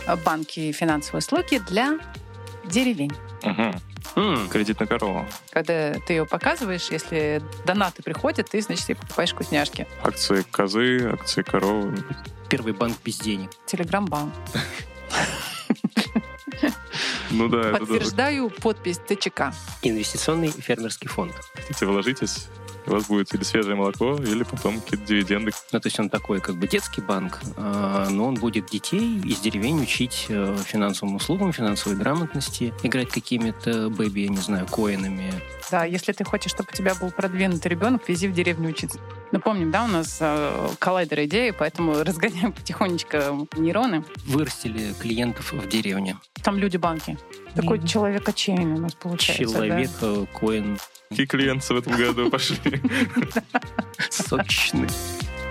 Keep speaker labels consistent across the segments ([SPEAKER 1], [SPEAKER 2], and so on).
[SPEAKER 1] банки и финансовые услуги для деревень.
[SPEAKER 2] Кредит на корову.
[SPEAKER 1] Когда ты ее показываешь, если донаты приходят, ты, значит, и покупаешь вкусняшки.
[SPEAKER 2] Акции козы, акции коровы.
[SPEAKER 3] Первый банк без денег.
[SPEAKER 1] Телеграм-банк.
[SPEAKER 2] Ну да, это даже...
[SPEAKER 1] Подтверждаю подпись ТЧК.
[SPEAKER 3] Инвестиционный фермерский фонд.
[SPEAKER 2] Хотите, вы ложитесь, у вас будет или свежее молоко, или потом какие-то дивиденды.
[SPEAKER 3] Ну, то есть он такой как бы детский банк, но он будет детей из деревень учить финансовым услугам, финансовой грамотности, играть какими-то бэби, я не знаю, коинами.
[SPEAKER 1] Да, если ты хочешь, чтобы у тебя был продвинутый ребенок, вези в деревню учиться. Напомним, да, у нас коллайдер идеи, поэтому разгоняем потихонечку нейроны.
[SPEAKER 3] Вырастили клиентов в деревне.
[SPEAKER 1] Там люди-банки. Такой человек отчаянный у нас получается.
[SPEAKER 3] Человек, коин.
[SPEAKER 2] Какие клиенты в этом году пошли?
[SPEAKER 3] Сочный.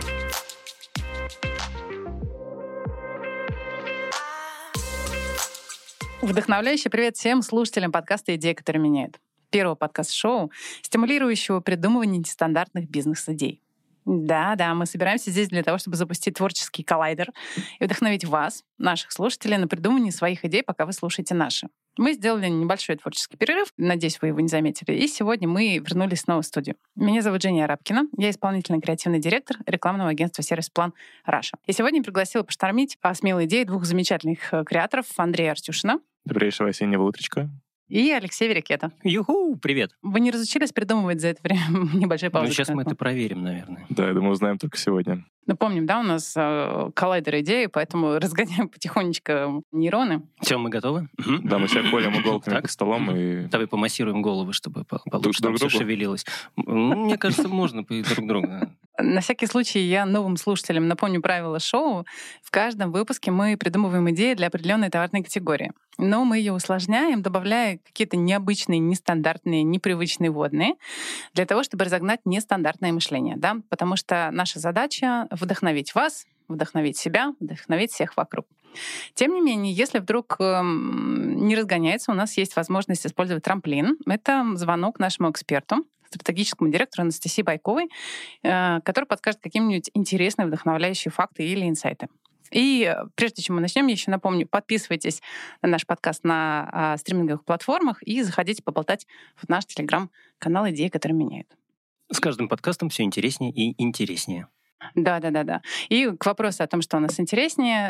[SPEAKER 1] Вдохновляющий привет всем слушателям подкаста «Идеи, которые меняют». Первого подкаст-шоу, стимулирующего придумывание нестандартных бизнес-идей. Да, мы собираемся здесь для того, чтобы запустить творческий коллайдер и вдохновить вас, наших слушателей, на придумывание своих идей, пока вы слушаете наши. Мы сделали небольшой творческий перерыв, надеюсь, вы его не заметили, и сегодня мы вернулись снова в студию. Меня зовут Женя Арабкина, я исполнительный креативный директор рекламного агентства «Сервис-план Раша». И сегодня я пригласила поштормить смелые идеи двух замечательных креаторов Андрея Артюшина.
[SPEAKER 2] Добрейшего осеннего утречка.
[SPEAKER 1] И Алексей Верикета.
[SPEAKER 3] Юху, привет.
[SPEAKER 1] Вы не разучились придумывать за это время небольшой паузы?
[SPEAKER 3] Ну, сейчас мы это проверим, наверное.
[SPEAKER 2] Да, я думаю, узнаем только сегодня.
[SPEAKER 1] Напомним, да, у нас коллайдер идеи, поэтому разгоняем потихонечку нейроны.
[SPEAKER 3] Все, мы готовы?
[SPEAKER 2] Да, мы себя колем иголками по столам и...
[SPEAKER 3] Давай помассируем головы, чтобы получше там все шевелилось. Мне кажется, можно друг друга.
[SPEAKER 1] На всякий случай я новым слушателям напомню правила шоу. В каждом выпуске мы придумываем идеи для определенной товарной категории. Но мы ее усложняем, добавляя какие-то необычные, нестандартные, непривычные вводные для того, чтобы разогнать нестандартное мышление. Да? Потому что наша задача — вдохновить вас, вдохновить себя, вдохновить всех вокруг. Тем не менее, если вдруг не разгоняется, у нас есть возможность использовать трамплин. Это звонок нашему эксперту, стратегическому директору Анастасии Байковой, который подскажет какие-нибудь интересные, вдохновляющие факты или инсайты. И прежде чем мы начнем, я еще напомню, подписывайтесь на наш подкаст на стриминговых платформах и заходите поболтать в наш телеграм-канал «Идеи, которые меняют».
[SPEAKER 3] С каждым подкастом все интереснее и интереснее.
[SPEAKER 1] Да. И к вопросу о том, что у нас интереснее,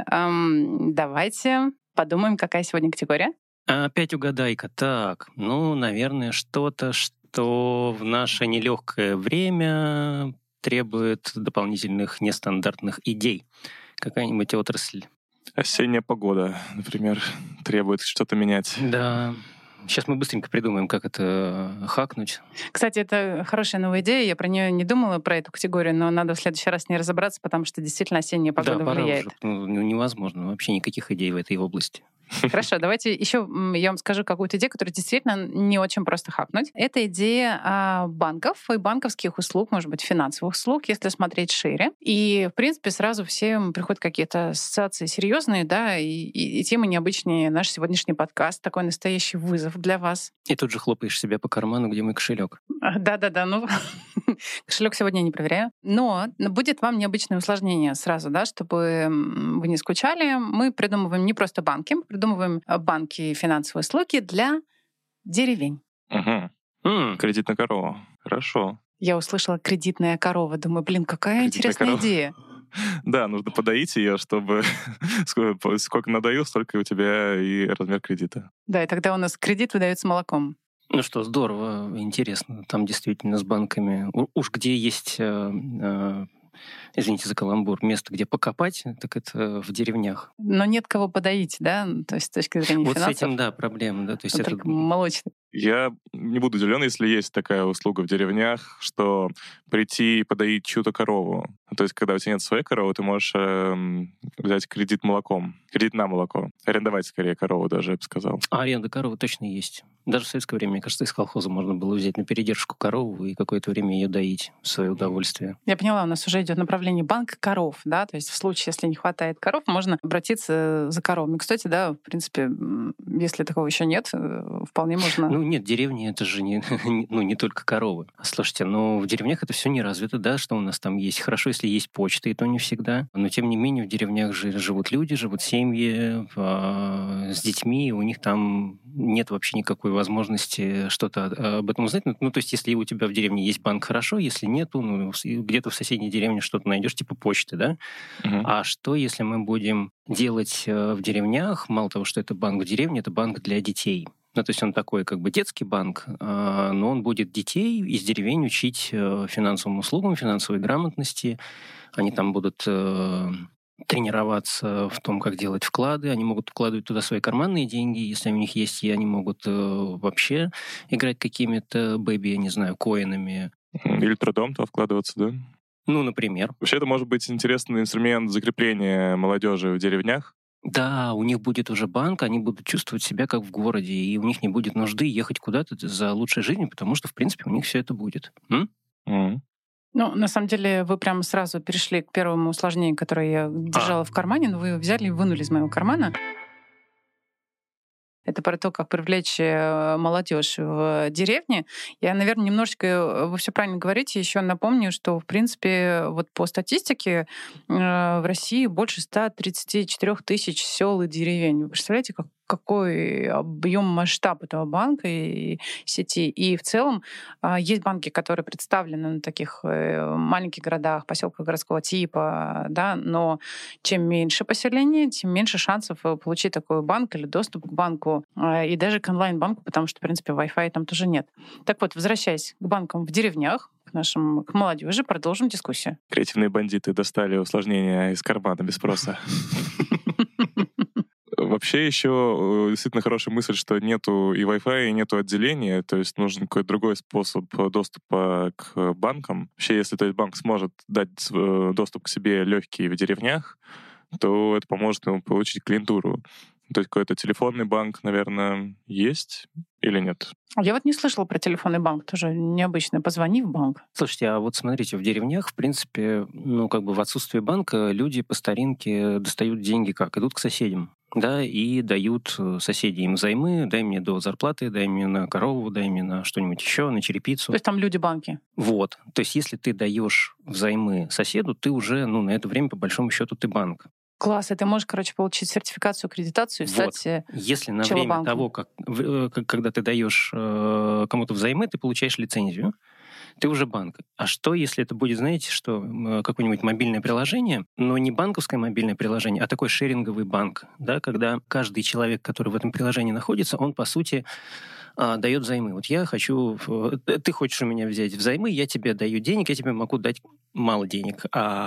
[SPEAKER 1] давайте подумаем, какая сегодня категория.
[SPEAKER 3] Опять угадайка. Так, наверное, что-то, что в наше нелегкое время требует дополнительных нестандартных идей. Какая-нибудь отрасль.
[SPEAKER 2] Осенняя погода, например, требует что-то менять.
[SPEAKER 3] Да. Сейчас мы быстренько придумаем, как это хакнуть.
[SPEAKER 1] Кстати, это хорошая новая идея. Я про нее не думала, про эту категорию, но надо в следующий раз с ней разобраться, потому что действительно осенняя погода влияет.
[SPEAKER 3] Уже. Невозможно. Вообще никаких идей в этой области.
[SPEAKER 1] Хорошо, давайте еще я вам скажу какую-то идею, которую действительно не очень просто хакнуть. Это идея банков и банковских услуг, может быть, финансовых услуг, если смотреть шире. И, в принципе, сразу всем приходят какие-то ассоциации серьезные, да, и темы необычные. Наш сегодняшний подкаст — такой настоящий вызов для вас.
[SPEAKER 3] И тут же хлопаешь себя по карману, где мой кошелек.
[SPEAKER 1] Да, кошелек сегодня я не проверяю. Но будет вам необычное усложнение сразу, да, чтобы вы не скучали. Мы придумываем не просто банки, мы придумываем банки и финансовые услуги для деревень.
[SPEAKER 2] Кредит на корову. Хорошо.
[SPEAKER 1] Я услышала «кредитная корова». Думаю, какая интересная идея.
[SPEAKER 2] Да, нужно подоить ее, чтобы сколько надоил, столько у тебя и размер кредита.
[SPEAKER 1] Да, и тогда у нас кредит выдается молоком.
[SPEAKER 3] Ну что, здорово, интересно. Там действительно с банками. Уж где есть, извините за каламбур, место, где покопать, так это в деревнях.
[SPEAKER 1] Но нет кого подоить, да? То есть с точки зрения финансов.
[SPEAKER 3] Вот с этим, да, проблема. Да? То есть это
[SPEAKER 1] молочный.
[SPEAKER 2] Я не буду удивлен, если есть такая услуга в деревнях, что прийти и подоить чью-то корову. То есть, когда у тебя нет своей коровы, ты можешь взять кредит молоком. Кредит на молоко. Арендовать, скорее, корову даже, я бы сказал.
[SPEAKER 3] Аренда коровы точно есть. Даже в советское время, мне кажется, из колхоза можно было взять на передержку корову и какое-то время ее доить в свое удовольствие.
[SPEAKER 1] Я поняла, у нас уже идет направление банк коров, да, то есть в случае, если не хватает коров, можно обратиться за коровами. Кстати, да, в принципе, если такого еще нет, вполне можно.
[SPEAKER 3] нет, деревни — это же не только коровы. Слушайте, в деревнях это все не развито, да, что у нас там есть. Хорошо, если есть почта, и то не всегда. Но, тем не менее, в деревнях же живут люди, живут семьи с детьми, у них там нет вообще никакой возможности что-то об этом узнать. То есть, если у тебя в деревне есть банк, хорошо, если нету, где-то в соседней деревне что-то найдешь, типа почты, да? А что, если мы будем делать в деревнях, мало того, что это банк в деревне, это банк для детей? То есть он такой как бы детский банк, но он будет детей из деревень учить финансовым услугам, финансовой грамотности. Они там будут тренироваться в том, как делать вклады. Они могут вкладывать туда свои карманные деньги, если у них есть, и они могут вообще играть какими-то бэби, я не знаю, коинами.
[SPEAKER 2] Или трудом туда вкладываться, да?
[SPEAKER 3] Например.
[SPEAKER 2] Вообще, это может быть интересный инструмент закрепления молодежи в деревнях.
[SPEAKER 3] Да, у них будет уже банк, они будут чувствовать себя как в городе, и у них не будет нужды ехать куда-то за лучшей жизнью, потому что, в принципе, у них все это будет.
[SPEAKER 1] На самом деле, вы прямо сразу перешли к первому усложнению, которое я держала в кармане, но вы взяли и вынули из моего кармана. Это про то, как привлечь молодежь в деревне. Я, наверное, немножечко, вы все правильно говорите, еще напомню, что, в принципе, вот по статистике в России больше 134 тысяч сел и деревень. Вы представляете, какой объем, масштаб этого банка и сети. И в целом есть банки, которые представлены на таких маленьких городах, поселках городского типа, да, но чем меньше поселение, тем меньше шансов получить такой банк или доступ к банку и даже к онлайн-банку, потому что, в принципе, Wi-Fi там тоже нет. Так вот, возвращаясь к банкам в деревнях, к молодежи, продолжим дискуссию.
[SPEAKER 2] Креативные бандиты достали усложнения из кармана без спроса. Вообще еще действительно хорошая мысль, что нету и Wi-Fi, и нету отделения, то есть нужен какой-то другой способ доступа к банкам. Вообще, если то есть банк сможет дать доступ к себе легкий в деревнях, то это поможет ему получить клиентуру. То есть какой-то телефонный банк, наверное, есть или нет?
[SPEAKER 1] Я вот не слышала про телефонный банк, тоже необычно. Позвони в банк.
[SPEAKER 3] Слушайте, а вот смотрите, в деревнях, в принципе, в отсутствие банка люди по старинке достают деньги как? Идут к соседям, да, и дают соседи им взаймы, дай мне до зарплаты, дай мне на корову, дай мне на что-нибудь еще, на черепицу.
[SPEAKER 1] То есть там люди-банки.
[SPEAKER 3] Вот. То есть если ты даешь взаймы соседу, ты уже, на это время, по большому счету, ты банк.
[SPEAKER 1] Класс, и ты можешь, получить сертификацию, аккредитацию и стать
[SPEAKER 3] Если на время того, когда ты даешь кому-то взаймы, ты получаешь лицензию, ты уже банк. А что, если это будет, знаете, что какое-нибудь мобильное приложение, но не банковское мобильное приложение, а такой шеринговый банк, да, когда каждый человек, который в этом приложении находится, он, по сути, дает взаймы. Вот я хочу... Ты хочешь у меня взять взаймы, я тебе даю денег, я тебе могу дать мало денег.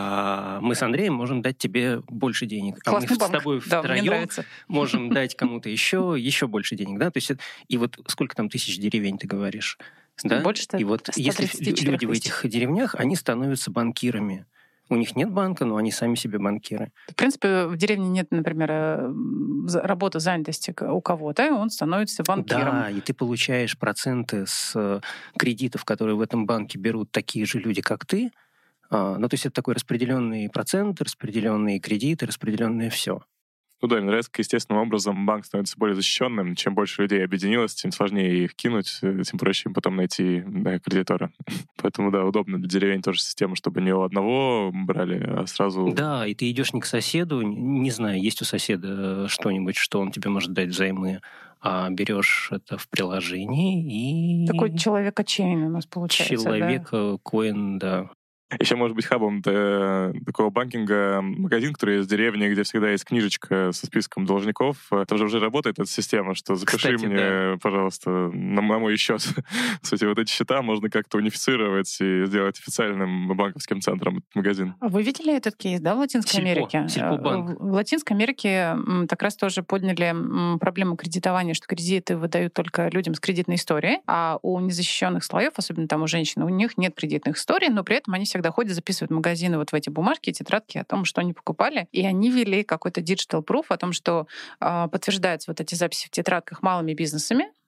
[SPEAKER 3] А мы с Андреем можем дать тебе больше денег.
[SPEAKER 1] Классный
[SPEAKER 3] а мы
[SPEAKER 1] банк.
[SPEAKER 3] с тобой втроем можем дать кому-то еще больше денег. Да? То есть, и вот сколько там тысяч деревень, ты говоришь? Да?
[SPEAKER 1] Больше 100,
[SPEAKER 3] и вот если люди в этих деревнях, они становятся банкирами. У них нет банка, но они сами себе банкиры.
[SPEAKER 1] В принципе, в деревне нет, например, работы, занятости у кого-то, и он становится банкиром.
[SPEAKER 3] Да, и ты получаешь проценты с кредитов, которые в этом банке берут такие же люди, как ты. То есть это такой распределенный процент, распределенные кредиты, распределенное все.
[SPEAKER 2] Да, мне нравится, как естественным образом банк становится более защищенным. Чем больше людей объединилось, тем сложнее их кинуть, тем проще им потом найти кредитора. Поэтому, да, удобно для деревень тоже система, чтобы не у одного брали, а сразу...
[SPEAKER 3] Да, и ты идешь не к соседу, не знаю, есть у соседа что-нибудь, что он тебе может дать взаймы, а берешь это в приложении и...
[SPEAKER 1] Такой человек-чейн у нас получается,
[SPEAKER 3] Человек-коин, да.
[SPEAKER 2] Еще может быть хабом такого банкинга магазин, который есть в деревне, где всегда есть книжечка со списком должников. Там же уже работает эта система, что запиши мне, пожалуйста, на мой счет. Кстати, вот эти счета можно как-то унифицировать и сделать официальным банковским центром этот магазин.
[SPEAKER 1] А вы видели этот кейс, да, в Латинской Америке?
[SPEAKER 3] Сельпобанк.
[SPEAKER 1] В Латинской Америке как раз тоже подняли проблему кредитования, что кредиты выдают только людям с кредитной историей, а у незащищенных слоев, особенно там у женщин, у них нет кредитных историй, но при этом они всегда ходят, записывают в магазины вот в эти бумажки, тетрадки о том, что они покупали. И они ввели какой-то digital proof о том, что подтверждаются вот эти записи в тетрадках малыми бизнесами,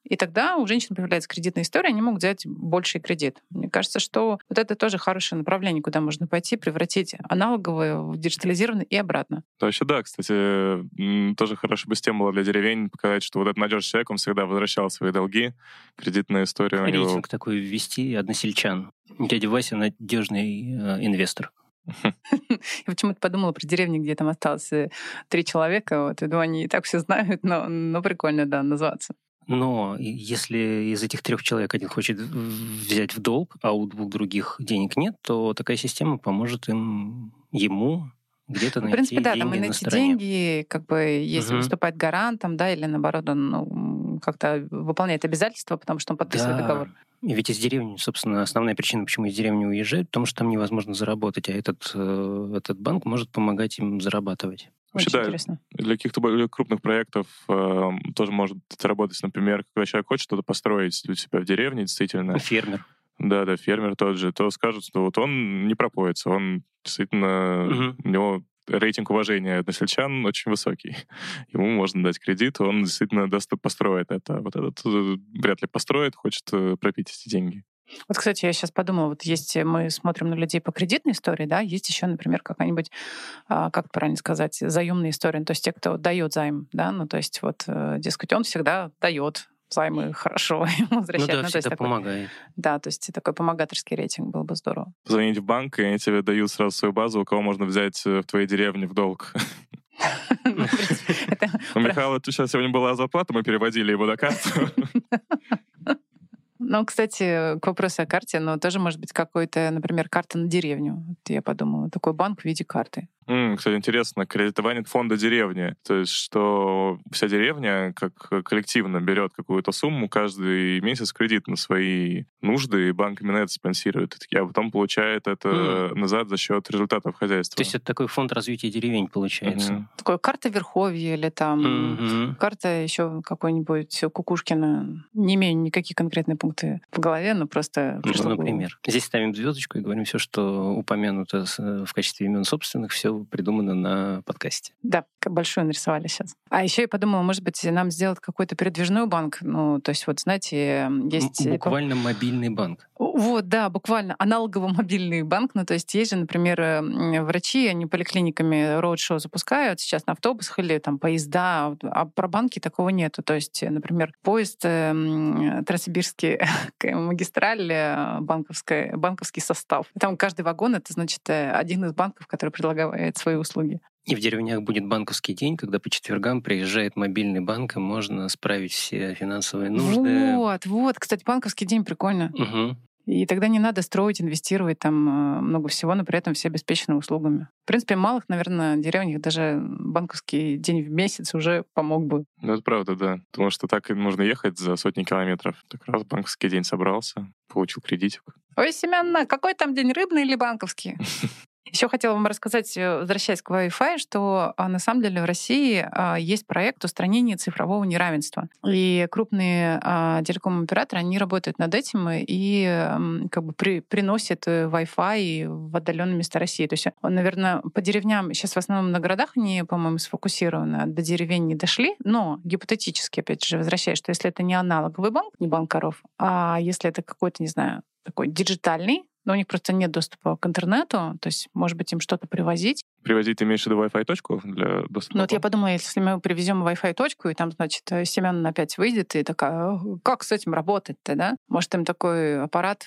[SPEAKER 1] и тогда у женщин появляется кредитная история, они могут взять больший кредит. Мне кажется, что вот это тоже хорошее направление, куда можно пойти, превратить аналоговое в диджитализированное и обратно.
[SPEAKER 2] То вообще, да, кстати, тоже хорошая бы стимула для деревень показать, что вот этот надежный человек, он всегда возвращал свои долги, кредитная история у него.
[SPEAKER 3] Рейтинг такой ввести односельчан. Дядя Вася — надежный инвестор.
[SPEAKER 1] Я почему-то подумала про деревни, где там осталось 3 человека. Вот, я думаю, они и так все знают, но прикольно, да, назваться.
[SPEAKER 3] Но если из этих 3 человек один хочет взять в долг, а у 2 других денег нет, то такая система поможет ему где-то найти,
[SPEAKER 1] в принципе, да, там и
[SPEAKER 3] деньги на
[SPEAKER 1] найти
[SPEAKER 3] стороне.
[SPEAKER 1] деньги, как бы, если выступать гарантом, да, или наоборот, он как-то выполняет обязательства, потому что он подписывает договор.
[SPEAKER 3] И ведь из деревни, собственно, основная причина, почему из деревни уезжают, потому что там невозможно заработать, а этот банк может помогать им зарабатывать.
[SPEAKER 2] Вообще,
[SPEAKER 1] Очень
[SPEAKER 2] да,
[SPEAKER 1] интересно.
[SPEAKER 2] для каких-то более крупных проектов тоже может это работать. Например, когда человек хочет что-то построить у себя в деревне, действительно.
[SPEAKER 3] Фермер.
[SPEAKER 2] Да, фермер тот же, то скажут, что вот он не пропоится, он действительно, у него рейтинг уважения односельчан очень высокий. Ему можно дать кредит, он действительно построит это. Вот этот вряд ли построит, хочет пропить эти деньги.
[SPEAKER 1] Вот, кстати, я сейчас подумала, вот мы смотрим на людей по кредитной истории, да, есть еще, например, какая-нибудь, как правильно сказать, заемная история, то есть те, кто дает займ, да, ну, то есть вот, дескать, он всегда дает займы хорошо, ему возвращают.
[SPEAKER 3] Ну да, всегда помогает.
[SPEAKER 1] Да, то есть такой помогаторский рейтинг был бы здорово.
[SPEAKER 2] Позвонить в банк, и они тебе дают сразу свою базу, у кого можно взять в твоей деревне в долг. У Михаила сейчас сегодня была зарплата, мы переводили его на карту.
[SPEAKER 1] Ну, кстати, к вопросу о карте, но тоже может быть какой-то, например, карта на деревню. Вот я подумала, такой банк в виде карты.
[SPEAKER 2] Кстати, интересно, кредитование фонда деревни. То есть, что вся деревня как коллективно берет какую-то сумму каждый месяц кредит на свои нужды, и банк именно это спонсирует. А потом получает это назад за счет результатов хозяйства.
[SPEAKER 3] То есть это такой фонд развития деревень получается.
[SPEAKER 1] Такой карта Верховья или там карта еще какой-нибудь Кукушкина. Не имею никакие конкретные пункты в голове, но просто...
[SPEAKER 3] Например. Здесь ставим звездочку и говорим все, что упомянуто в качестве имен собственных, все придумано на подкасте.
[SPEAKER 1] Да, большое нарисовали сейчас. А еще я подумала, может быть, нам сделать какой-то передвижной банк. Ну, то есть, вот, знаете, есть...
[SPEAKER 3] Буквально мобильный банк.
[SPEAKER 1] Вот, да, буквально аналоговый мобильный банк. Ну, то есть есть же, например, врачи, они поликлиниками роуд-шоу запускают сейчас на автобусах или там поезда, а про банки такого нету. То есть, например, поезд Транссибирский магистраль, банковский состав. Там каждый вагон — это, значит, один из банков, который предлагает свои услуги.
[SPEAKER 3] И в деревнях будет банковский день, когда по четвергам приезжает мобильный банк, и можно справить все финансовые нужды.
[SPEAKER 1] Вот. Кстати, банковский день прикольно.
[SPEAKER 3] Угу.
[SPEAKER 1] И тогда не надо строить, инвестировать там много всего, но при этом все обеспечены услугами. В принципе, в малых, наверное, деревнях даже банковский день в месяц уже помог бы.
[SPEAKER 2] Ну, это правда, да. Потому что так и нужно ехать за сотни километров. Так раз банковский день собрался, получил кредитик.
[SPEAKER 1] Ой, Семёновна, какой там день, рыбный или банковский? Еще хотела вам рассказать, возвращаясь к Wi-Fi, что на самом деле в России есть проект устранения цифрового неравенства. И крупные телеком-операторы, они работают над этим и как бы приносят Wi-Fi в отдаленные места России. То есть он, наверное, по деревням, сейчас в основном на городах они, по-моему, сфокусированы, до деревень не дошли, но гипотетически, опять же, возвращаясь, что если это не аналоговый банк, не банк коров, а если это какой-то, не знаю, такой диджитальный, но у них просто нет доступа к интернету, то есть, может быть, им что-то привозить.
[SPEAKER 2] Привозить, ты имеешь в виду Wi-Fi точку для доступа?
[SPEAKER 1] Ну вот я подумала, если мы привезем Wi-Fi точку, и там, значит, Семён опять выйдет, и такая, как с этим работать-то, да? Может, им такой аппарат,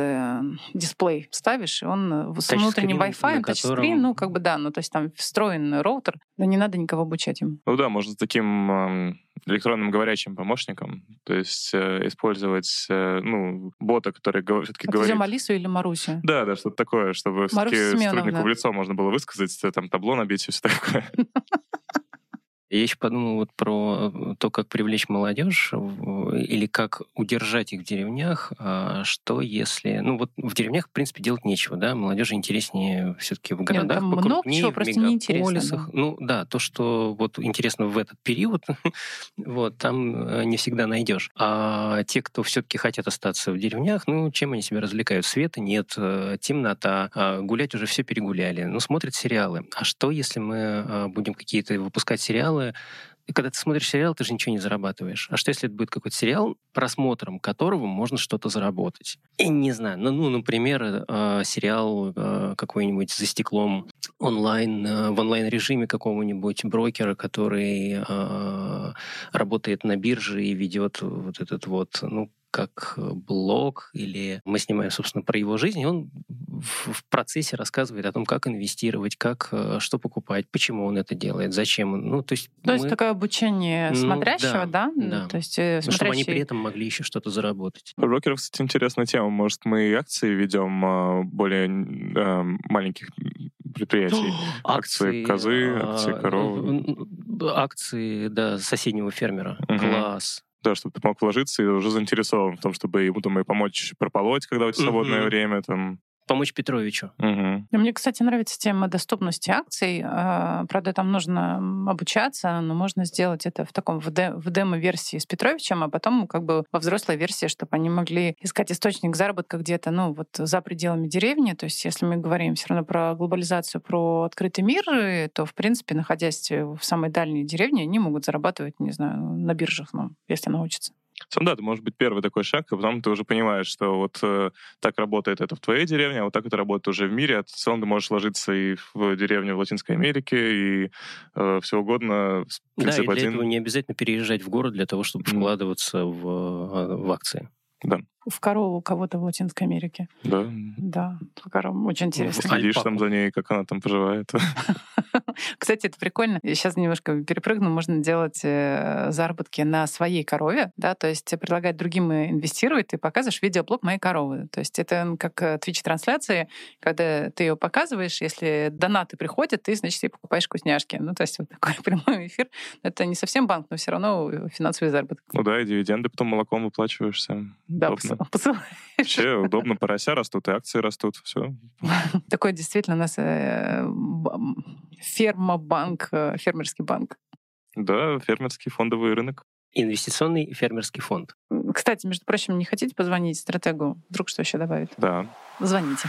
[SPEAKER 1] дисплей ставишь, и он с внутренним Wi-Fi, тачскрин, ну, как бы, да, ну, то есть там встроенный роутер, но не надо никого обучать им.
[SPEAKER 2] Ну да, можно с таким электронным говорящим помощником, то есть использовать, бота, который все-таки говорит...
[SPEAKER 1] Взял Алису или Марусю?
[SPEAKER 2] Да, что-то такое, чтобы все-таки сотруднику в лицо можно было высказать, там табло набить и все такое.
[SPEAKER 3] Я еще подумал вот про то, как привлечь молодежь или как удержать их в деревнях. Что если... Ну вот в деревнях, в принципе, делать нечего, да? Молодежи интереснее все-таки в городах,
[SPEAKER 1] там
[SPEAKER 3] покрупнее,
[SPEAKER 1] много чего,
[SPEAKER 3] в
[SPEAKER 1] просто
[SPEAKER 3] мегаполисах.
[SPEAKER 1] неинтересно, да.
[SPEAKER 3] Ну да, то, что вот интересно в этот период, вот там не всегда найдешь. А те, кто все-таки хотят остаться в деревнях, ну чем они себя развлекают? Света нет, темнота, гулять уже все перегуляли. Ну смотрят сериалы. А что, если мы будем какие-то выпускать сериалы когда ты смотришь сериал, ты же ничего не зарабатываешь. А что, если это будет какой-то сериал, просмотром которого можно что-то заработать? И не знаю, например, сериал какой-нибудь «За стеклом» онлайн, в онлайн-режиме какого-нибудь брокера, который работает на бирже и ведет вот этот вот, как блог, или мы снимаем, собственно, про его жизнь, и он в процессе рассказывает о том, как инвестировать, что покупать, почему он это делает, зачем он.
[SPEAKER 1] То есть такое обучение смотрящего, да?
[SPEAKER 3] Да.
[SPEAKER 1] То есть
[SPEAKER 3] чтобы они при этом могли еще что-то заработать.
[SPEAKER 2] У брокеров, кстати, интересная тема. Может, мы и акции ведем более маленьких предприятий? Акции козы, акции коровы.
[SPEAKER 3] Акции, да, соседнего фермера. Класс.
[SPEAKER 2] Да, чтобы ты мог вложиться и уже заинтересован в том, чтобы ему там и помочь прополоть, когда у тебя свободное время. Там.
[SPEAKER 3] Помочь Петровичу.
[SPEAKER 1] Мне, кстати, нравится тема доступности акций. Правда, там нужно обучаться, но можно сделать это в демо-версии с Петровичем, а потом как бы во взрослой версии, чтобы они могли искать источник заработка где-то, за пределами деревни. То есть если мы говорим все равно про глобализацию, про открытый мир, то, в принципе, находясь в самой дальней деревне, они могут зарабатывать, не знаю, на биржах, если научатся.
[SPEAKER 2] Да, это может быть первый такой шаг, а потом ты уже понимаешь, что вот так работает это в твоей деревне, а вот так это работает уже в мире, а в целом ты можешь ложиться и в деревню в Латинской Америке, и все угодно.
[SPEAKER 3] Да, и для этого не обязательно переезжать в город для того, чтобы вкладываться в акции.
[SPEAKER 2] Да.
[SPEAKER 1] В корову кого-то в Латинской Америке.
[SPEAKER 2] Да.
[SPEAKER 1] Да, корову. Очень интересно.
[SPEAKER 2] Следишь там за ней, как она там поживает.
[SPEAKER 1] Кстати, это прикольно. Я сейчас немножко перепрыгну. Можно делать заработки на своей корове, да, то есть предлагать другим инвестировать. Ты показываешь видеоблог моей коровы. То есть это как Twitch-трансляции, когда ты ее показываешь, если донаты приходят, ты, значит, себе покупаешь вкусняшки. То есть вот такой прямой эфир. Это не совсем банк, но все равно финансовый заработок.
[SPEAKER 2] Да, и дивиденды потом молоком выплачиваешься.
[SPEAKER 1] Да, посылаешь.
[SPEAKER 2] Вообще удобно, порося растут, и акции растут, все.
[SPEAKER 1] Такой действительно у нас фермобанк, фермерский банк.
[SPEAKER 2] Да, фермерский фондовый рынок.
[SPEAKER 3] Инвестиционный фермерский фонд.
[SPEAKER 1] Кстати, между прочим, не хотите позвонить стратегу? Вдруг что еще добавить?
[SPEAKER 2] Да.
[SPEAKER 1] Звоните.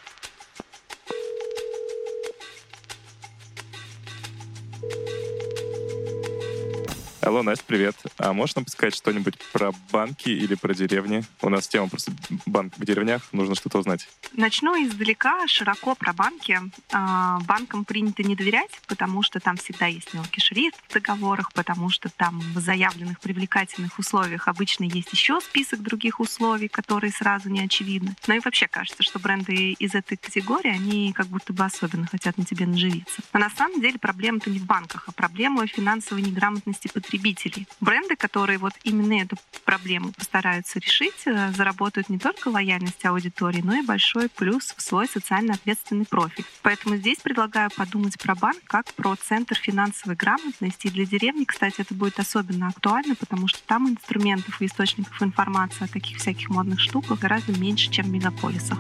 [SPEAKER 2] Алло, Настя, привет. А можешь нам подсказать что-нибудь про банки или про деревни? У нас тема просто банк в деревнях, нужно что-то узнать.
[SPEAKER 4] Начну издалека, широко про банки. Банкам принято не доверять, потому что там всегда есть мелкий шрифт в договорах, потому что там в заявленных привлекательных условиях обычно есть еще список других условий, которые сразу не очевидны. Но и вообще кажется, что бренды из этой категории, они как будто бы особенно хотят на тебе наживиться. Но на самом деле проблема-то не в банках, а проблема финансовой неграмотности потребителей. Бренды, которые вот именно эту проблему постараются решить, заработают не только лояльность аудитории, но и большой плюс в свой социально ответственный профиль. Поэтому здесь предлагаю подумать про банк как про центр финансовой грамотности. И для деревни, кстати, это будет особенно актуально, потому что там инструментов и источников информации о таких всяких модных штуках гораздо меньше, чем в мегаполисах.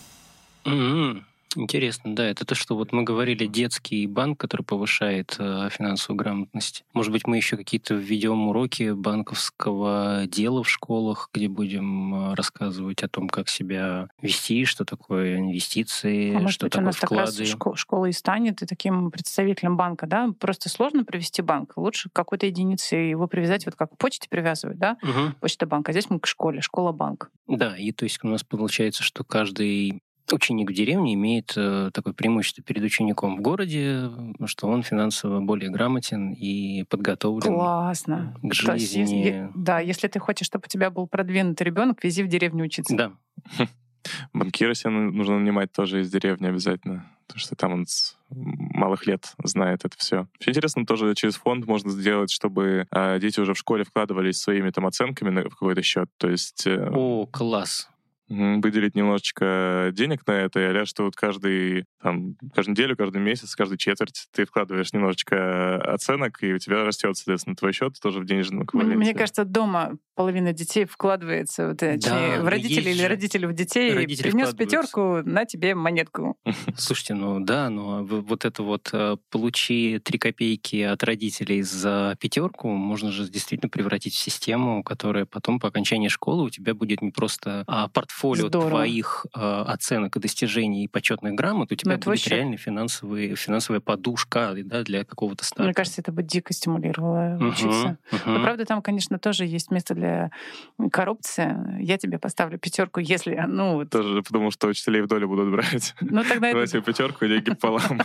[SPEAKER 3] Интересно, да. Это то, что вот мы говорили, детский банк, который повышает финансовую грамотность. Может быть, мы еще какие-то введем уроки банковского дела в школах, где будем рассказывать о том, как себя вести, что такое инвестиции, что такое вклады.
[SPEAKER 1] У нас как раз школа и станет и таким представителем банка, да? Просто сложно привести банк. Лучше к какой-то единице его привязать, вот как к почте привязывают, да? Почта банк. А здесь мы к школе, школа-банк.
[SPEAKER 3] Да, и то есть у нас получается, что каждый ученик в деревне имеет такое преимущество перед учеником в городе, что он финансово более грамотен и подготовлен.
[SPEAKER 1] Классно.
[SPEAKER 3] К жизни.
[SPEAKER 1] Если ты хочешь, чтобы у тебя был продвинутый ребенок, вези в деревню учиться.
[SPEAKER 3] Да.
[SPEAKER 2] Банкира себе нужно нанимать тоже из деревни обязательно, потому что там он с малых лет знает это все. Очень интересно, тоже через фонд можно сделать, чтобы дети уже в школе вкладывались своими там оценками в какой-то счет. То есть...
[SPEAKER 3] О, класс.
[SPEAKER 2] Выделить немножечко денег на это, а что вот каждую неделю, каждый месяц, каждую четверть ты вкладываешь немножечко оценок, и у тебя растет, соответственно, твой счет тоже в денежном эквиваленте.
[SPEAKER 1] Мне кажется, дома половина детей вкладывается в
[SPEAKER 3] Да,
[SPEAKER 1] родителей или родители в детей.
[SPEAKER 3] родители
[SPEAKER 1] Принес
[SPEAKER 3] вкладываются.
[SPEAKER 1] 5, на тебе монетку.
[SPEAKER 3] Слушайте, вот это вот получи 3 копейки от родителей за 5, можно же действительно превратить в систему, которая потом по окончании школы у тебя будет не просто портфолио
[SPEAKER 1] Здорово.
[SPEAKER 3] твоих оценок и достижений и почетных грамот, у тебя
[SPEAKER 1] это
[SPEAKER 3] будет
[SPEAKER 1] вообще-
[SPEAKER 3] реально финансовая подушка, да, для какого-то старта.
[SPEAKER 1] Мне кажется, это бы дико стимулировало
[SPEAKER 3] Мгм,
[SPEAKER 1] учиться.
[SPEAKER 3] мгм.
[SPEAKER 1] Но, правда, там, конечно, тоже есть место для коррупции. Я тебе поставлю 5, если...
[SPEAKER 2] Тоже потому, что учителей в долю будут брать.
[SPEAKER 1] Ну, тогда это...
[SPEAKER 2] Давайте 5 и деньги пополам.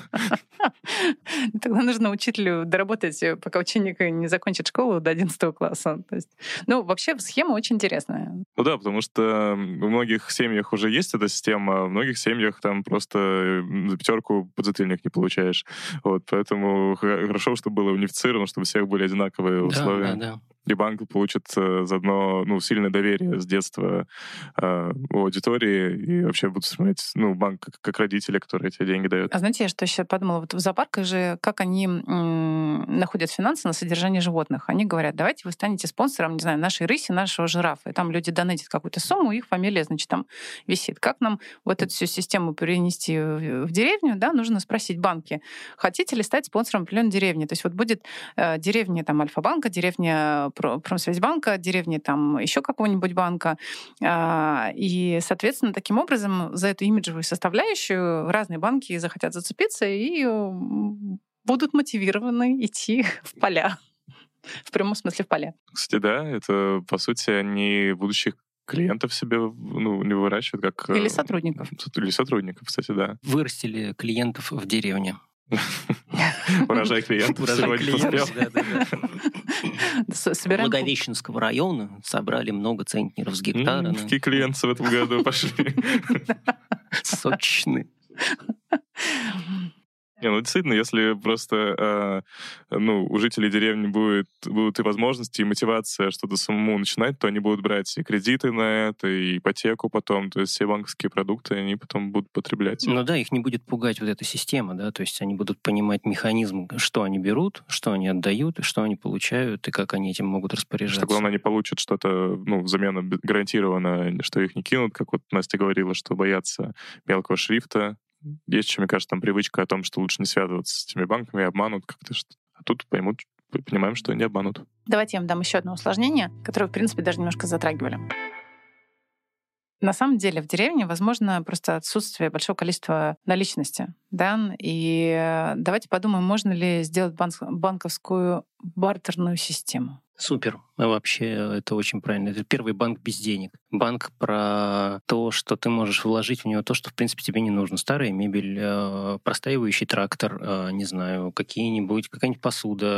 [SPEAKER 1] Тогда нужно учителю доработать, пока ученик не закончит школу до 11 класса. То есть, вообще схема очень интересная.
[SPEAKER 2] Ну да, потому что в многих семьях уже есть эта система, а в многих семьях там просто за 5 подзатыльник не получаешь. Вот, поэтому хорошо, чтобы было унифицировано, чтобы у всех были одинаковые условия.
[SPEAKER 3] Да.
[SPEAKER 2] И банк получит заодно сильное доверие с детства у аудитории, и вообще будут смотреть банк как родители, которые эти деньги дают.
[SPEAKER 1] А знаете, я что еще подумала? Вот в зоопарках же, как они находят финансы на содержание животных. Они говорят, давайте вы станете спонсором, не знаю, нашей рыси, нашего жирафа. И там люди донатят какую-то сумму, их фамилия, значит, там висит. Как нам вот эту всю систему перенести в деревню? Да, нужно спросить банки, хотите ли стать спонсором определенной деревни? То есть вот будет деревня там Альфа-банка, деревня Промсвязьбанка, деревни там еще какого-нибудь банка. И, соответственно, таким образом за эту имиджевую составляющую разные банки захотят зацепиться и будут мотивированы идти в поля. В прямом смысле в поля.
[SPEAKER 2] Кстати, да, это, по сути, они будущих клиентов себе не выращивают, как...
[SPEAKER 1] Или сотрудников.
[SPEAKER 2] Или сотрудников, кстати, да.
[SPEAKER 3] Вырастили клиентов в деревне.
[SPEAKER 2] Урожай клиентов сегодня поспел.
[SPEAKER 1] Собираем...
[SPEAKER 3] Благовещенского района собрали много центнеров с гектара.
[SPEAKER 2] Какие клиенты в этом году пошли?
[SPEAKER 3] Сочные.
[SPEAKER 2] Действительно, если просто у жителей деревни будут и возможности, и мотивация что-то самому начинать, то они будут брать и кредиты на это, и ипотеку потом, то есть все банковские продукты они потом будут потреблять.
[SPEAKER 3] Ну да, их не будет пугать вот эта система, да, то есть они будут понимать механизм, что они берут, что они отдают, что они получают, и как они этим могут распоряжаться.
[SPEAKER 2] Что главное, они получат что-то, взамен гарантированно, что их не кинут, как вот Настя говорила, что боятся мелкого шрифта. Есть еще, мне кажется, там привычка о том, что лучше не связываться с этими банками, обманут как-то. А тут понимаем, что не обманут.
[SPEAKER 1] Давайте я вам дам еще одно усложнение, которое, в принципе, даже немножко затрагивали. На самом деле в деревне, возможно, просто отсутствие большого количества наличности. Да? И давайте подумаем, можно ли сделать банковскую бартерную систему.
[SPEAKER 3] Супер. Вообще, это очень правильно. Это первый банк без денег. Банк про то, что ты можешь вложить в него то, что, в принципе, тебе не нужно. Старая мебель, простаивающий трактор, не знаю, какая-нибудь посуда.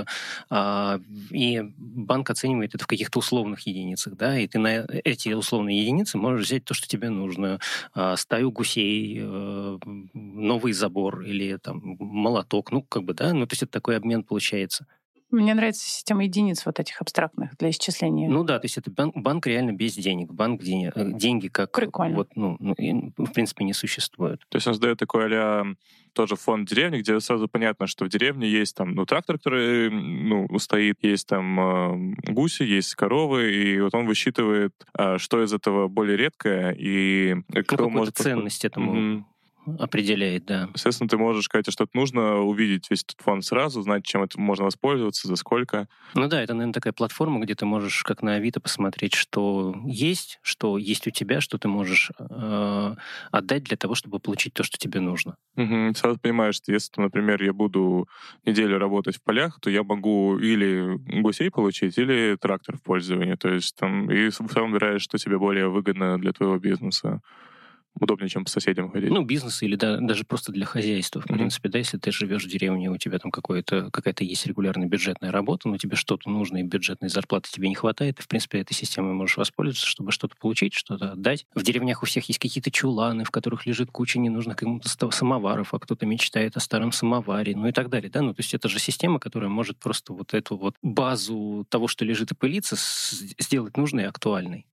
[SPEAKER 3] И банк оценивает это в каких-то условных единицах. Да? И ты на эти условные единицы можешь взять то, что тебе нужно. Стаю гусей, новый забор или там молоток. То есть это такой обмен получается.
[SPEAKER 1] Мне нравится система единиц вот этих абстрактных для исчисления.
[SPEAKER 3] Ну да, то есть это банк реально без денег. Банк, где деньги как
[SPEAKER 1] Прикольно.
[SPEAKER 3] в принципе не существуют.
[SPEAKER 2] То есть он создает такой а-ля тоже фонд деревни, где сразу понятно, что в деревне есть там трактор, который стоит, есть там гуси, есть коровы, и вот он высчитывает, что из этого более редкое, и кто может...
[SPEAKER 3] ценность этому определяет, да.
[SPEAKER 2] Естественно, ты можешь сказать, что нужно увидеть весь этот фонд сразу, знать, чем это можно воспользоваться, за сколько.
[SPEAKER 3] Ну да, это, наверное, такая платформа, где ты можешь, как на Авито, посмотреть, что есть у тебя, что ты можешь отдать для того, чтобы получить то, что тебе нужно.
[SPEAKER 2] Сразу понимаешь, что если, например, я буду неделю работать в полях, то я могу или гусей получить, или трактор в пользовании. То есть там и сам выбираешь, что тебе более выгодно для твоего бизнеса. Удобнее, чем по соседям ходить.
[SPEAKER 3] Бизнес или даже просто для хозяйства. В принципе, да, если ты живешь в деревне, у тебя там какая-то есть регулярная бюджетная работа, но тебе что-то нужно, и бюджетной зарплаты тебе не хватает, и, в принципе, этой системой можешь воспользоваться, чтобы что-то получить, что-то отдать. В деревнях у всех есть какие-то чуланы, в которых лежит куча ненужных кому-то самоваров, а кто-то мечтает о старом самоваре, и так далее. Да? То есть это же система, которая может просто вот эту вот базу того, что лежит и пылится, сделать нужной и актуальной.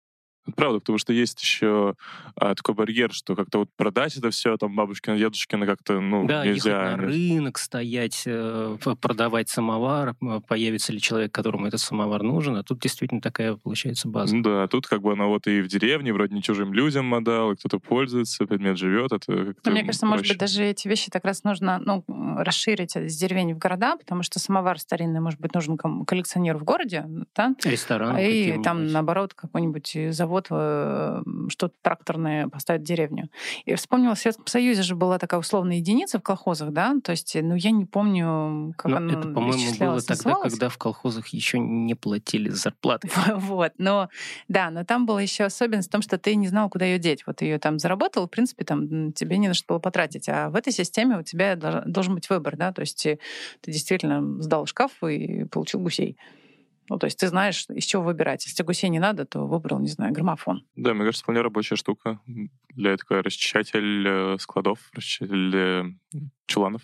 [SPEAKER 2] Правда, потому что есть еще такой барьер, что как-то вот продать это все, там, бабушкина, дедушкина как-то,
[SPEAKER 3] Да,
[SPEAKER 2] нельзя.
[SPEAKER 3] ехать на рынок, стоять, продавать самовар, появится ли человек, которому этот самовар нужен, а тут действительно такая, получается, база.
[SPEAKER 2] Да, тут как бы она вот и в деревне, вроде не чужим людям отдал, и кто-то пользуется, предмет живет, это как-то
[SPEAKER 1] Мне кажется,
[SPEAKER 2] проще.
[SPEAKER 1] может быть, даже эти вещи так раз нужно расширить из деревень в города, потому что самовар старинный, может быть, нужен коллекционеру в городе, да?
[SPEAKER 3] Ресторан
[SPEAKER 1] И
[SPEAKER 3] каким-нибудь.
[SPEAKER 1] там, наоборот, какой-нибудь завод что-то тракторное поставить в деревню. И вспомнила, в Советском Союзе же была такая условная единица в колхозах, да? То есть, я не помню, как она
[SPEAKER 3] это, по-моему, было
[SPEAKER 1] исчислялась,
[SPEAKER 3] тогда,
[SPEAKER 1] называлась.
[SPEAKER 3] когда в колхозах еще не платили зарплаты.
[SPEAKER 1] Вот, но там была еще особенность в том, что ты не знал, куда ее деть. Вот ее там заработал, в принципе, там тебе не на что было потратить. А в этой системе у тебя должен быть выбор, да, то есть ты действительно сдал шкаф и получил гусей. То есть ты знаешь, из чего выбирать. Если гусей не надо, то выбрал, не знаю, граммофон.
[SPEAKER 2] Да, мне кажется, вполне рабочая штука для такой расчищатель складов, расчищатель чуланов.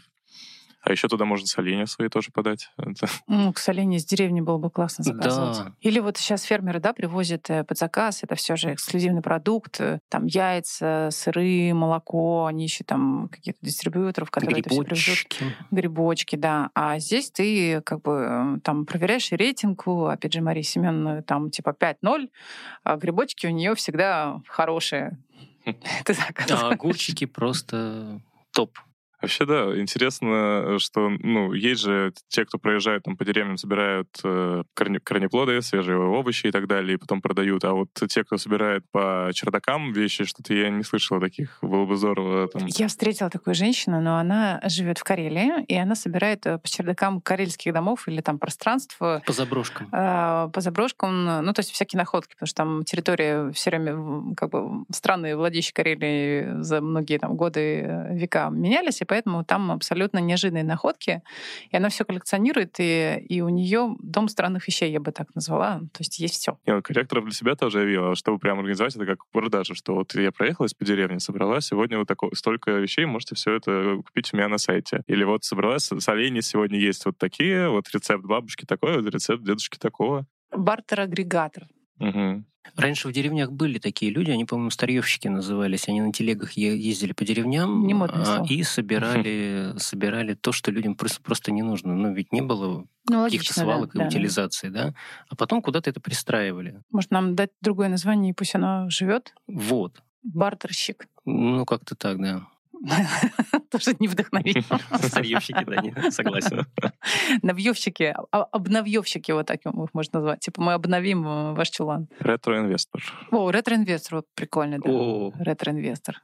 [SPEAKER 2] А еще туда можно соленья свои тоже подать.
[SPEAKER 1] Соленья из деревни было бы классно заказывать.
[SPEAKER 3] Да.
[SPEAKER 1] Или вот сейчас фермеры, привозят под заказ, это все же эксклюзивный продукт, там яйца, сыры, молоко, они еще там какие-то дистрибьюторов, которые это все привезут. Грибочки, да. А здесь ты как бы там проверяешь рейтинг, опять же, Марии Семеновны, там типа 5-0, а грибочки у нее всегда хорошие. Ты заказываешь.
[SPEAKER 3] А огурчики просто топ.
[SPEAKER 2] Вообще, да, интересно, что, есть же те, кто проезжает там по деревням, собирают корнеплоды, свежие овощи и так далее, и потом продают. А вот те, кто собирает по чердакам вещи, что-то я не слышала таких. Было бы здорово. Там...
[SPEAKER 1] Я встретила такую женщину, но она живет в Карелии, и она собирает по чердакам карельских домов или там пространств.
[SPEAKER 3] По заброшкам.
[SPEAKER 1] По заброшкам, то есть всякие находки, потому что там территория все время, как бы, страны, владеющие Карелией за многие там годы, века менялись, и поэтому там абсолютно неожиданные находки. И она все коллекционирует, и у нее дом странных вещей, я бы так назвала. То есть есть все.
[SPEAKER 2] Коллекторов для себя тоже явила, чтобы прямо организовать это как продажу, что вот я проехалась по деревне, собрала сегодня вот столько вещей, можете все это купить у меня на сайте. Или вот собралась, соленья сегодня есть вот такие, вот рецепт бабушки такой, вот рецепт дедушки такого.
[SPEAKER 1] Бартер-агрегатор.
[SPEAKER 2] Угу.
[SPEAKER 3] Раньше в деревнях были такие люди, они, по-моему, старьевщики назывались. Они на телегах ездили по деревням и собирали то, что людям просто не нужно. Но ведь не было каких-то свалок и утилизации, да? А потом куда-то это пристраивали.
[SPEAKER 1] Может, нам дать другое название, и пусть оно живет?
[SPEAKER 3] Вот.
[SPEAKER 1] Бартерщик.
[SPEAKER 3] Как-то так, да.
[SPEAKER 1] Тоже не вдохновить.
[SPEAKER 3] Старьевщики, да, не согласен.
[SPEAKER 1] Навьевщики, обновьевщики, вот так их можно назвать. Типа мы обновим ваш чулан.
[SPEAKER 2] Ретроинвестор.
[SPEAKER 1] О, ретроинвестор, вот прикольно, да. Ретроинвестор.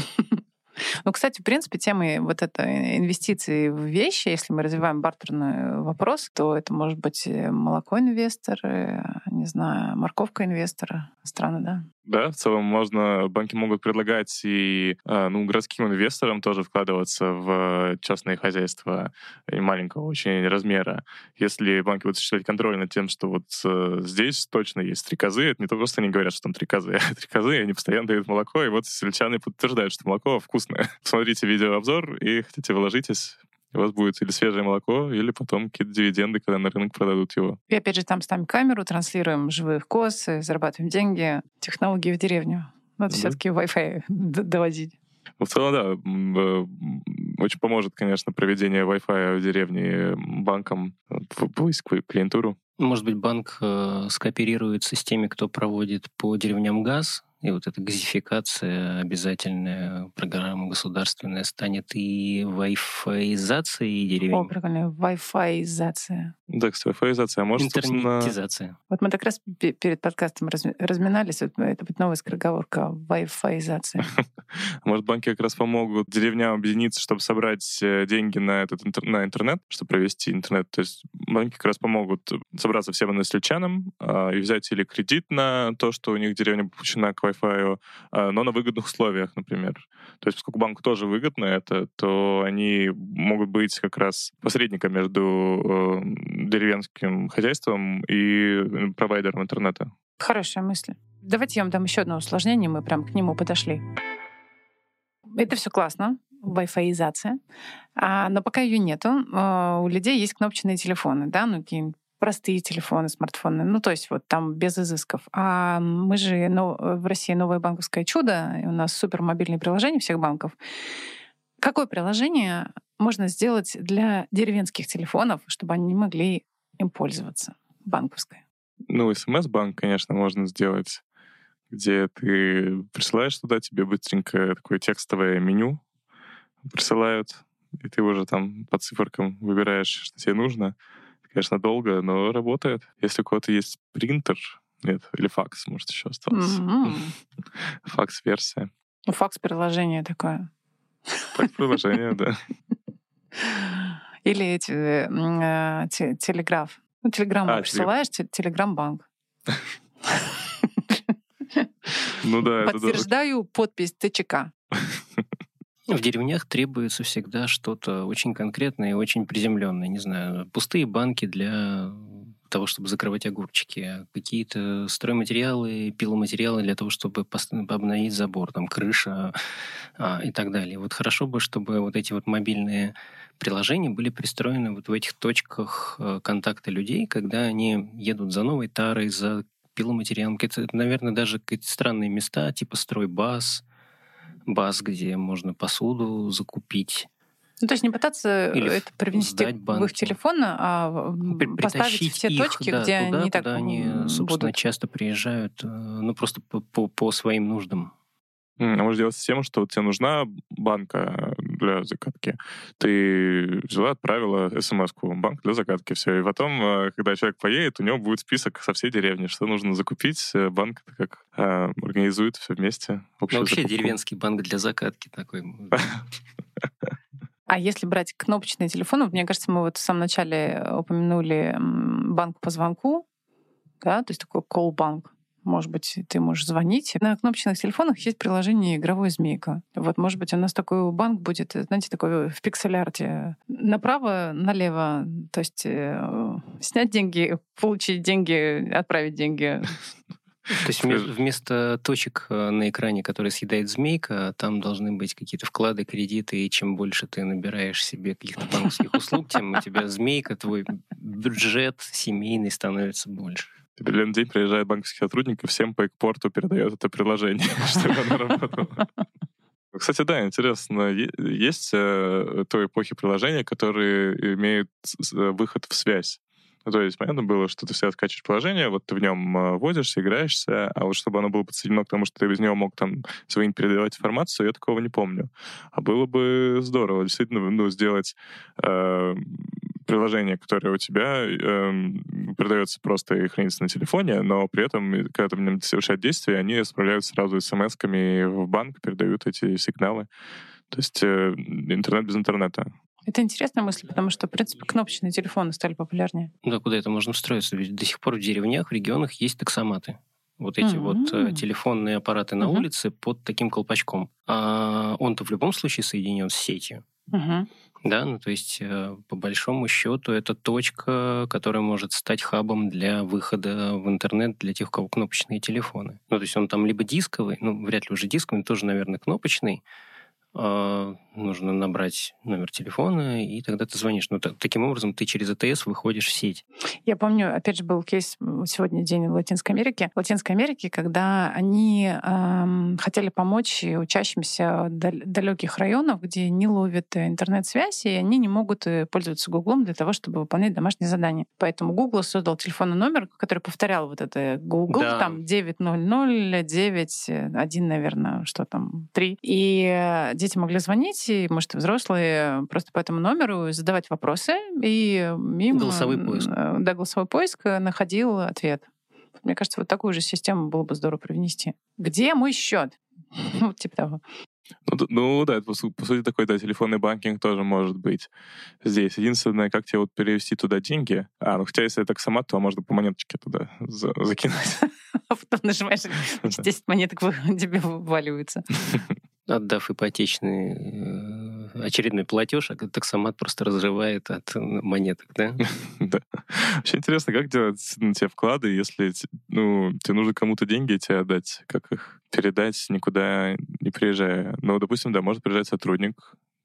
[SPEAKER 1] Кстати, в принципе, тема вот это инвестиции в вещи, если мы развиваем бартерный вопрос, то это может быть молоко инвестора, не знаю, морковка инвестора. Странно, да?
[SPEAKER 2] Да, в целом банки могут предлагать и городским инвесторам тоже вкладываться в частные хозяйства и маленького очень размера. Если банки будут осуществлять контроль над тем, что вот здесь точно есть стрекозы, это не то просто они говорят, что там стрекозы, а стрекозы, они постоянно дают молоко, и вот сельчане подтверждают, что молоко вкусное. Посмотрите видеообзор и хотите, вложитесь. У вас будет или свежее молоко, или потом какие-то дивиденды, когда на рынок продадут его.
[SPEAKER 1] И опять же там ставим камеру, транслируем живых коз, зарабатываем деньги. Технологии в деревню. Надо все-таки Wi-Fi доводить.
[SPEAKER 2] В целом, да, очень поможет, конечно, проведение Wi-Fi в деревне банкам повысить клиентуру.
[SPEAKER 3] Может быть, банк скооперируется с теми, кто проводит по деревням газ, и вот эта газификация, обязательная программа государственная, станет и вай-фаизацией деревень.
[SPEAKER 1] О, прикольно, вай-фаизация.
[SPEAKER 2] Да, кстати, вай-фаизация. А может,
[SPEAKER 3] интернетизация.
[SPEAKER 1] Вот мы так раз перед подкастом разминались, вот это будет новая скороговорка, вай-фаизация.
[SPEAKER 2] Может, банки как раз помогут деревням объединиться, чтобы собрать деньги на интернет, чтобы провести интернет. То есть банки как раз помогут собраться всем односельчанам и взять или кредит на то, что у них деревня подключена к Wi-Fi, но на выгодных условиях, например. То есть, поскольку банку тоже выгодно это, то они могут быть как раз посредником между деревенским хозяйством и провайдером интернета.
[SPEAKER 1] Хорошая мысль. Давайте я вам дам еще одно усложнение, мы прям к нему подошли. Это все классно, Wi-Fi-изация, но пока ее нету, у людей есть кнопочные телефоны, да, какие-нибудь простые телефоны, смартфоны. Ну, то есть вот там без изысков. А мы же в России новое банковское чудо, и у нас супермобильные приложения всех банков. Какое приложение можно сделать для деревенских телефонов, чтобы они могли им пользоваться? Банковское.
[SPEAKER 2] Ну, СМС-банк, конечно, можно сделать, где ты присылаешь туда, тебе быстренько такое текстовое меню присылают, и ты уже там по циферкам выбираешь, что тебе нужно. Конечно, долго, но работает. Если у кого-то есть принтер, нет, или факс, может, еще остался. Факс-версия.
[SPEAKER 1] Факс-приложение такое.
[SPEAKER 2] Факс-приложение, да.
[SPEAKER 1] Или телеграф. Ну, телеграмму присылаешь, телеграм-банк.
[SPEAKER 2] Ну да.
[SPEAKER 1] Подтверждаю подпись ТЧК.
[SPEAKER 3] В деревнях требуется всегда что-то очень конкретное и очень приземленное. Не знаю, пустые банки для того, чтобы закрывать огурчики, какие-то стройматериалы, пиломатериалы для того, чтобы обновить забор, там, крыша и так далее. Вот хорошо бы, чтобы вот эти вот мобильные приложения были пристроены вот в этих точках контакта людей, когда они едут за новой тарой, за пиломатериалом. Это, наверное, даже какие-то странные места, типа стройбаз, где можно посуду закупить.
[SPEAKER 1] Ну, то есть не пытаться
[SPEAKER 3] или
[SPEAKER 1] это привнести в их телефон, а поставить в те точки,
[SPEAKER 3] да,
[SPEAKER 1] где
[SPEAKER 3] туда,
[SPEAKER 1] они так
[SPEAKER 3] куда они, собственно,
[SPEAKER 1] будут.
[SPEAKER 3] часто приезжают, ну, просто по своим нуждам.
[SPEAKER 2] Можно сделать систему, что вот тебе нужна банка для закатки. Ты взяла, отправила смс-ку, банк для закатки, все. И потом, когда человек поедет, у него будет список со всей деревни, что нужно закупить. Банк как организует все вместе.
[SPEAKER 3] Ну, вообще
[SPEAKER 2] закупку.
[SPEAKER 3] Деревенский банк для закатки такой.
[SPEAKER 1] А если брать кнопочные телефоны, мне кажется, мы вот в самом начале упомянули банк по звонку, да, то есть такой колл-банк. Может быть, ты можешь звонить. На кнопочных телефонах есть приложение «Игровой змейка». Вот, может быть, у нас такой банк будет, знаете, такой в пиксель-арте. Направо, налево. То есть снять деньги, получить деньги, отправить деньги.
[SPEAKER 3] То есть вместо точек на экране, которые съедает змейка, там должны быть какие-то вклады, кредиты, и чем больше ты набираешь себе каких-то банковских услуг, тем у тебя змейка, твой бюджет семейный становится больше.
[SPEAKER 2] В определенный день приезжает банковский сотрудник и всем по экпорту передает это приложение, чтобы оно работало. Кстати, да, интересно, есть той эпохи приложения, которые имеют выход в связь. Ну, то есть понятно было, что ты всегда скачиваешь приложение, вот ты в нем вводишься, играешься, а вот чтобы оно было подсоединено к тому, что ты без него мог там звонить, передавать информацию, я такого не помню. А было бы здорово действительно сделать приложение, которое у тебя передается просто и хранится на телефоне, но при этом, когда ты в нем совершает действия, они справляют сразу смс-ками в банк, передают эти сигналы. То есть интернет без интернета.
[SPEAKER 1] Это интересная мысль, потому что, в принципе, кнопочные телефоны стали популярнее.
[SPEAKER 3] Да, куда это можно встроиться? Ведь до сих пор в деревнях, в регионах есть таксоматы. Вот эти вот телефонные аппараты на улице под таким колпачком. А он-то в любом случае соединен с сетью. Да, ну то есть по большому счету это точка, которая может стать хабом для выхода в интернет для тех, у кого кнопочные телефоны. Ну то есть он там либо дисковый, ну вряд ли уже дисковый, тоже, наверное, кнопочный. Нужно набрать номер телефона, и тогда ты звонишь. Но таким образом ты через АТС выходишь в сеть.
[SPEAKER 1] Я помню, опять же, был кейс, сегодня день в Латинской Америке. В Латинской Америке, когда они хотели помочь учащимся далеких районов, где не ловят интернет-связь, и они не могут пользоваться Гуглом для того, чтобы выполнять домашние задания. Поэтому Google создал телефонный номер, который повторял вот это Google, да. Там 900 91, наверное, что там, 3. И дети могли звонить, и, может, и взрослые, просто по этому номеру задавать вопросы, и им...
[SPEAKER 3] Голосовой поиск.
[SPEAKER 1] Да, голосовой поиск находил ответ. Мне кажется, вот такую же систему было бы здорово привнести. Где мой счет? Вот типа того.
[SPEAKER 2] Ну да, это, по сути, такой, да, телефонный банкинг тоже может быть здесь. Единственное, как тебе вот перевести туда деньги. Хотя если это таксомат, то можно по монеточке туда закинуть.
[SPEAKER 1] А потом нажимаешь, 10 монеток тебе вываливаются.
[SPEAKER 3] Отдав ипотечный очередной платеж, а таксомат просто разрывает от монеток, да?
[SPEAKER 2] Да. Очень интересно, как делать тебе вклады, если тебе нужно кому-то деньги тебе отдать, как их передать, никуда не приезжая. Ну, допустим, да, может приезжать сотрудник,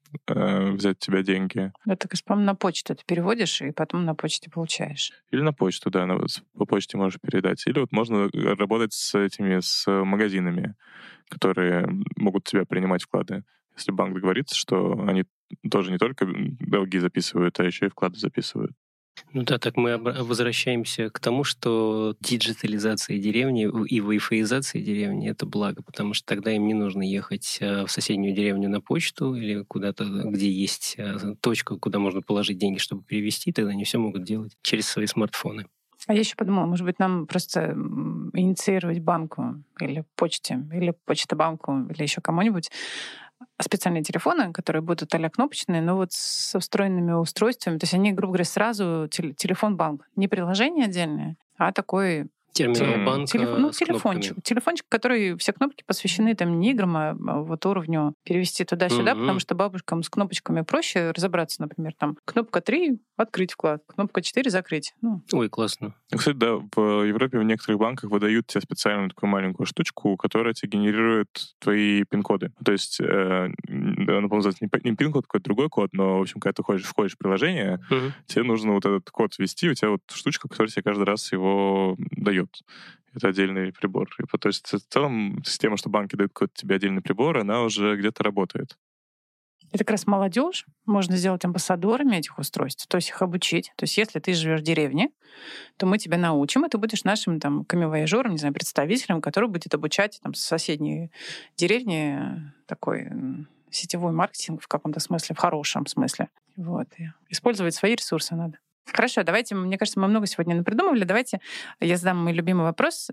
[SPEAKER 2] взять у тебя деньги.
[SPEAKER 1] Да, так, по-моему, на почту ты переводишь, и потом на почте получаешь.
[SPEAKER 2] Или на почту, да, по почте можешь передать. Или вот можно работать с магазинами, которые могут тебя принимать вклады. Если банк договорится, что они тоже не только долги записывают, а еще и вклады записывают.
[SPEAKER 3] Ну да, так мы возвращаемся к тому, что диджитализация деревни и вайфаизация деревни — это благо, потому что тогда им не нужно ехать в соседнюю деревню на почту или куда-то, где есть точка, куда можно положить деньги, чтобы перевести, тогда они все могут делать через свои смартфоны.
[SPEAKER 1] А я еще подумала, может быть, нам просто инициировать банку или почте, или почта-банку, или еще кому-нибудь специальные телефоны, которые будут а-ля кнопочные, но вот со встроенными устройствами. То есть они, грубо говоря, сразу телефон-банк. Не приложение отдельное, а такой
[SPEAKER 3] терминал банка
[SPEAKER 1] телефончик, который все кнопки посвящены там не играм, а вот уровню перевести туда-сюда, потому что бабушкам с кнопочками проще разобраться, например, там кнопка 3 — открыть вклад, кнопка 4 — закрыть.
[SPEAKER 3] Ой, классно.
[SPEAKER 2] Кстати, да, в Европе в некоторых банках выдают тебе специальную такую маленькую штучку, которая тебе генерирует твои пин-коды. То есть, напомню, не пин-код, какой-то другой код, но, в общем, когда ты входишь в приложение, тебе нужно вот этот код ввести, у тебя вот штучка, которая тебе каждый раз его дает. Это отдельный прибор. То есть в целом система, что банки дают какой-то тебе отдельный прибор, она уже где-то работает.
[SPEAKER 1] Это как раз молодежь можно сделать амбассадорами этих устройств, то есть их обучить. То есть если ты живешь в деревне, то мы тебя научим, и ты будешь нашим там камевояжером, не знаю, представителем, который будет обучать там соседней деревни такой сетевой маркетинг в каком-то смысле, в хорошем смысле. Вот. И использовать свои ресурсы надо. Хорошо, давайте, мне кажется, мы много сегодня напридумывали. Давайте я задам мой любимый вопрос.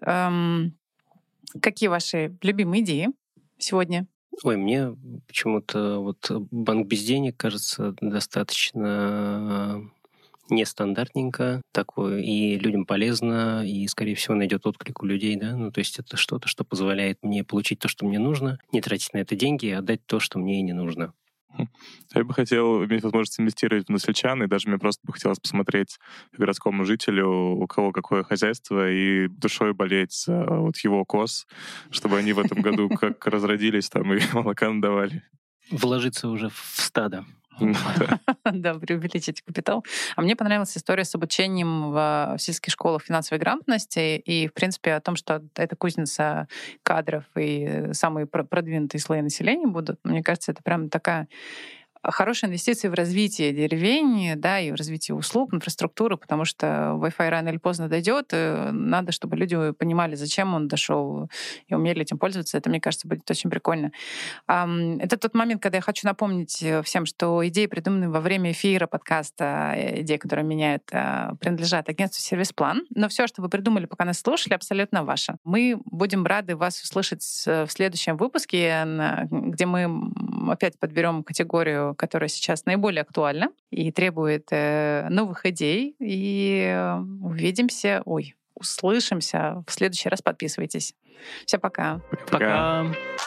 [SPEAKER 1] Какие ваши любимые идеи сегодня?
[SPEAKER 3] Ой, мне почему-то вот банк без денег кажется достаточно нестандартненько такое, и людям полезно, и, скорее всего, найдет отклик у людей, да, то есть это что-то, что позволяет мне получить то, что мне нужно, не тратить на это деньги, а отдать то, что мне и не нужно.
[SPEAKER 2] Я бы хотел иметь возможность инвестировать в односельчан, и даже мне просто бы хотелось посмотреть городскому жителю, у кого какое хозяйство, и душой болеть за вот его коз, чтобы они в этом году как разродились там и молока надавали.
[SPEAKER 3] Вложиться уже в стадо.
[SPEAKER 1] Да, преувеличить капитал. А мне понравилась история с обучением в сельских школах финансовой грамотности и, в принципе, о том, что это кузница кадров и самые продвинутые слои населения будут. Мне кажется, это прям такая хорошая инвестиция в развитие деревень, да, и в развитие услуг, инфраструктуры, потому что Wi-Fi рано или поздно дойдет. Надо, чтобы люди понимали, зачем он дошел, и умели этим пользоваться. Это, мне кажется, будет очень прикольно. Это тот момент, когда я хочу напомнить всем, что идеи, придуманные во время эфира подкаста, идеи, которые меняют, принадлежат агентству «Сервис-план». Но все, что вы придумали, пока нас слушали, абсолютно ваше. Мы будем рады вас услышать в следующем выпуске, где мы опять подберем категорию, которая сейчас наиболее актуальна и требует новых идей. И услышимся в следующий раз. Подписывайтесь. Всем пока.
[SPEAKER 3] Пока.